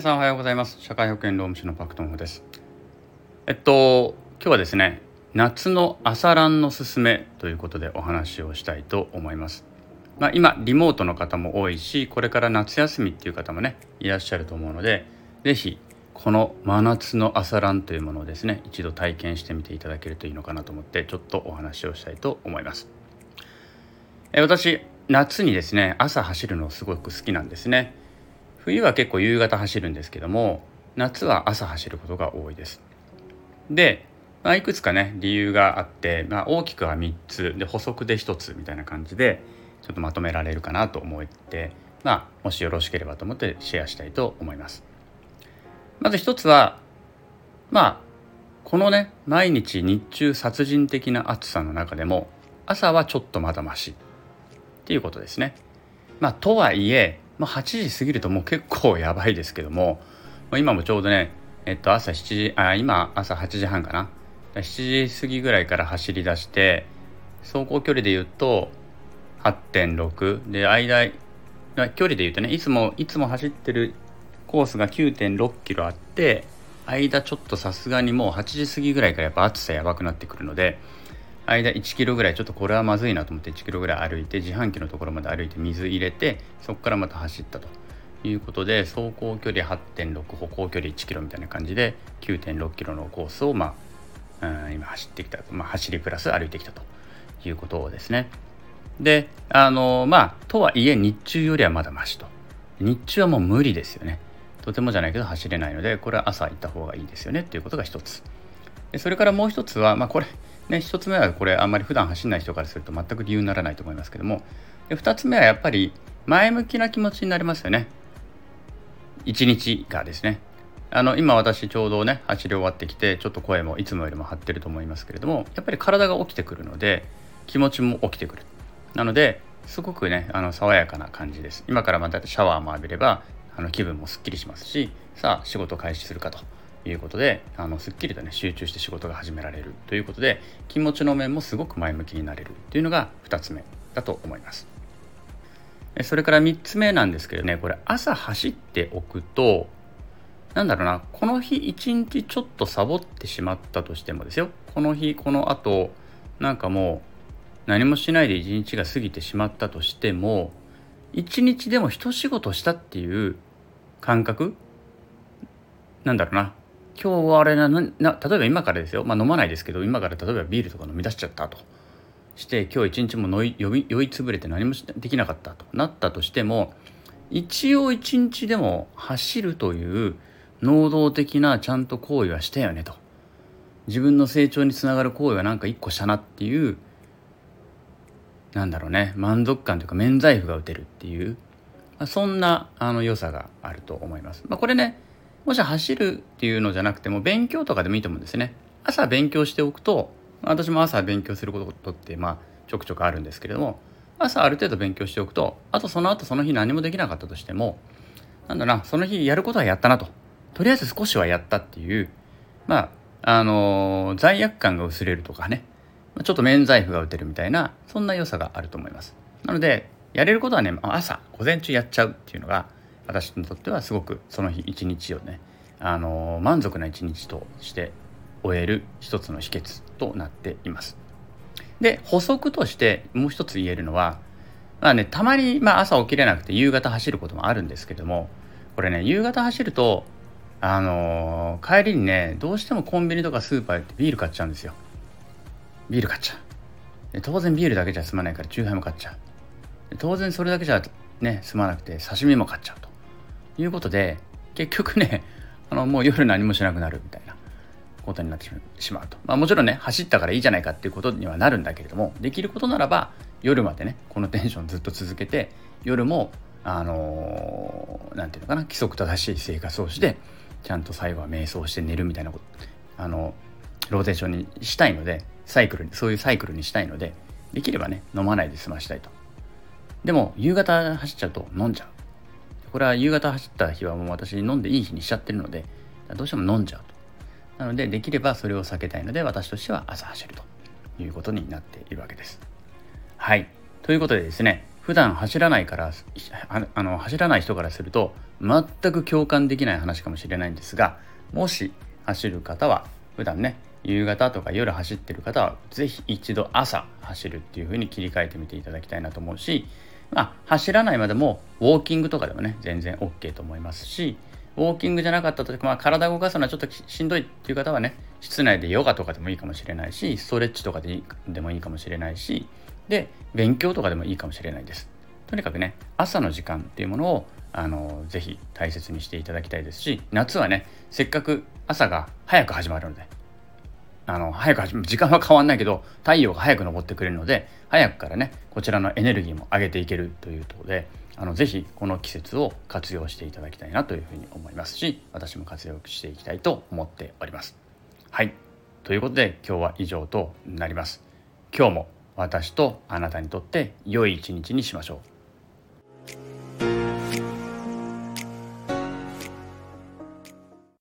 さんおはようございます。社会保険労務士のパクトンホです。今日はですね、夏の朝ランのすすめということでお話をしたいと思います。今リモートの方も多いし、これから夏休みっていう方もねいらっしゃると思うので、ぜひこの真夏の朝ランというものをですね一度体験してみていただけるといいのかなと思ってちょっとお話をしたいと思います。私夏にですね朝走るのすごく好きなんですね。冬は結構夕方走るんですけども、夏は朝走ることが多いです。で、いくつかね理由があって、大きくは3つで補足で1つみたいな感じでちょっとまとめられるかなと思って、もしよろしければと思ってシェアしたいと思います。まず1つはこのね毎日日中殺人的な暑さの中でも朝はちょっとまだマシっていうことですね。とはいえ、8時過ぎるともう結構やばいですけども、今もちょうどね、朝7時、今朝8時半かな。7時過ぎぐらいから走り出して、走行距離で言うと 8.6 で、距離で言うとね、いつも走ってるコースが 9.6 キロあって、間ちょっとさすがにもう8時過ぎぐらいからやっぱ暑さやばくなってくるので、間1キロぐらいちょっとこれはまずいなと思って1キロぐらい歩いて、自販機のところまで歩いて水入れて、そこからまた走ったということで、走行距離 8.6 歩行距離1キロみたいな感じで 9.6 キロのコースを今走ってきた、走りプラス歩いてきたということですね。でとはいえ日中よりはまだマシと。日中はもう無理ですよね。とてもじゃないけど走れないので、これは朝行った方がいいですよねっていうことが一つ。でそれからもう一つはこれね、一つ目はこれあんまり普段走んない人からすると全く理由にならないと思いますけども、で二つ目はやっぱり前向きな気持ちになりますよね。一日がですね、今私ちょうどね走り終わってきて、ちょっと声もいつもよりも張ってると思いますけれども、やっぱり体が起きてくるので気持ちも起きてくる。なのですごくね爽やかな感じです。今からまたシャワーも浴びれば気分もすっきりしますし、さあ仕事開始するかということですっきりとね集中して仕事が始められるということで、気持ちの面もすごく前向きになれるというのが2つ目だと思います。それから3つ目なんですけどね、これ朝走っておくとこの日一日ちょっとサボってしまったとしてもですよ、この日この後もう何もしないで一日が過ぎてしまったとしても、一日でも一仕事したっていう感覚、今日はあれ例えば今からですよ、飲まないですけど、今から例えばビールとか飲み出しちゃったとして、今日一日も酔いつぶれて何もできなかったとなったとしても、一応一日でも走るという能動的なちゃんと行為はしたよねと、自分の成長につながる行為は一個したなっていう満足感というか免罪符が打てるっていう、そんな良さがあると思います。これね、もし走るっていうのじゃなくても勉強とかでもいいと思うんですね。朝勉強しておくと、私も朝勉強することってちょくちょくあるんですけれども、朝ある程度勉強しておくと、その後その日何もできなかったとしても、その日やることはやったなと、とりあえず少しはやったっていう罪悪感が薄れるとかね、ちょっと免罪符が打てるみたいな、そんな良さがあると思います。なのでやれることはね、朝午前中やっちゃうっていうのが私にとってはすごくその日一日をね満足な一日として終える一つの秘訣となっています。で補足としてもう一つ言えるのは、たまに朝起きれなくて夕方走ることもあるんですけども、これね夕方走ると帰りにねどうしてもコンビニとかスーパー行ってビール買っちゃうんですよ。ビール買っちゃう。で当然ビールだけじゃ済まないからチューハイも買っちゃう。で当然それだけじゃね済まなくて刺身も買っちゃうということで、結局ねもう夜何もしなくなるみたいなことになってしまうと。もちろんね走ったからいいじゃないかっていうことにはなるんだけれども、できることならば夜までねこのテンションずっと続けて、夜も規則正しい生活をして、ちゃんと最後は瞑想して寝るみたいなことローテーションにしたいので、そういうサイクルにしたいので、できればね飲まないで済ましたいと。でも夕方走っちゃうと飲んじゃう。これは夕方走った日はもう私飲んでいい日にしちゃってるので、どうしても飲んじゃうと。なのでできればそれを避けたいので、私としては朝走るということになっているわけです。はい、ということでですね、 普段走らないから走らない人からすると全く共感できない話かもしれないんですが、もし走る方は普段ね夕方とか夜走ってる方はぜひ一度朝走るっていう風に切り替えてみていただきたいなと思うし、走らないまでもウォーキングとかでもね全然 OK と思いますし、ウォーキングじゃなかったとき、体を動かすのはちょっとしんどいっていう方はね、室内でヨガとかでもいいかもしれないし、ストレッチとかでもいいかもしれないし、で勉強とかでもいいかもしれないです。とにかくね朝の時間っていうものをぜひ大切にしていただきたいですし、夏はねせっかく朝が早く始まるので、時間は変わんないけど太陽が早く昇ってくれるので、早くからねこちらのエネルギーも上げていけるというところで、ぜひこの季節を活用していただきたいなというふうに思いますし、私も活用していきたいと思っております。はい、ということで今日は以上となります。今日も私とあなたにとって良い一日にしましょう。